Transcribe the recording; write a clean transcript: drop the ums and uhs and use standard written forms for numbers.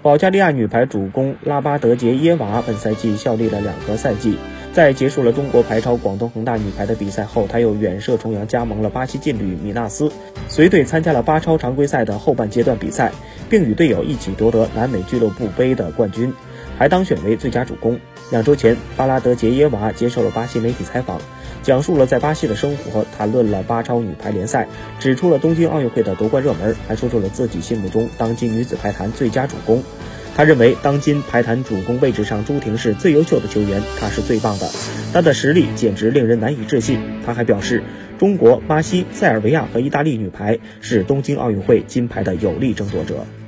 保加利亚女排主攻拉巴德杰耶娃本赛季效力了2个赛季，在结束了中国排超广东恒大女排的比赛后，她又远涉重洋加盟了巴西劲旅米纳斯，随队参加了巴超常规赛的后半阶段比赛，并与队友一起夺得南美俱乐部杯的冠军，还当选为最佳主攻。2周前，巴拉德杰耶娃接受了巴西媒体采访，讲述了在巴西的生活，谈论了巴超女排联赛，指出了东京奥运会的夺冠热门，还说出了自己心目中当今女子排坛最佳主攻。他认为当今排坛主攻位置上，朱婷是最优秀的球员，她是最棒的，她的实力简直令人难以置信。他还表示，中国、巴西、塞尔维亚和意大利女排是东京奥运会金牌的有力争夺者。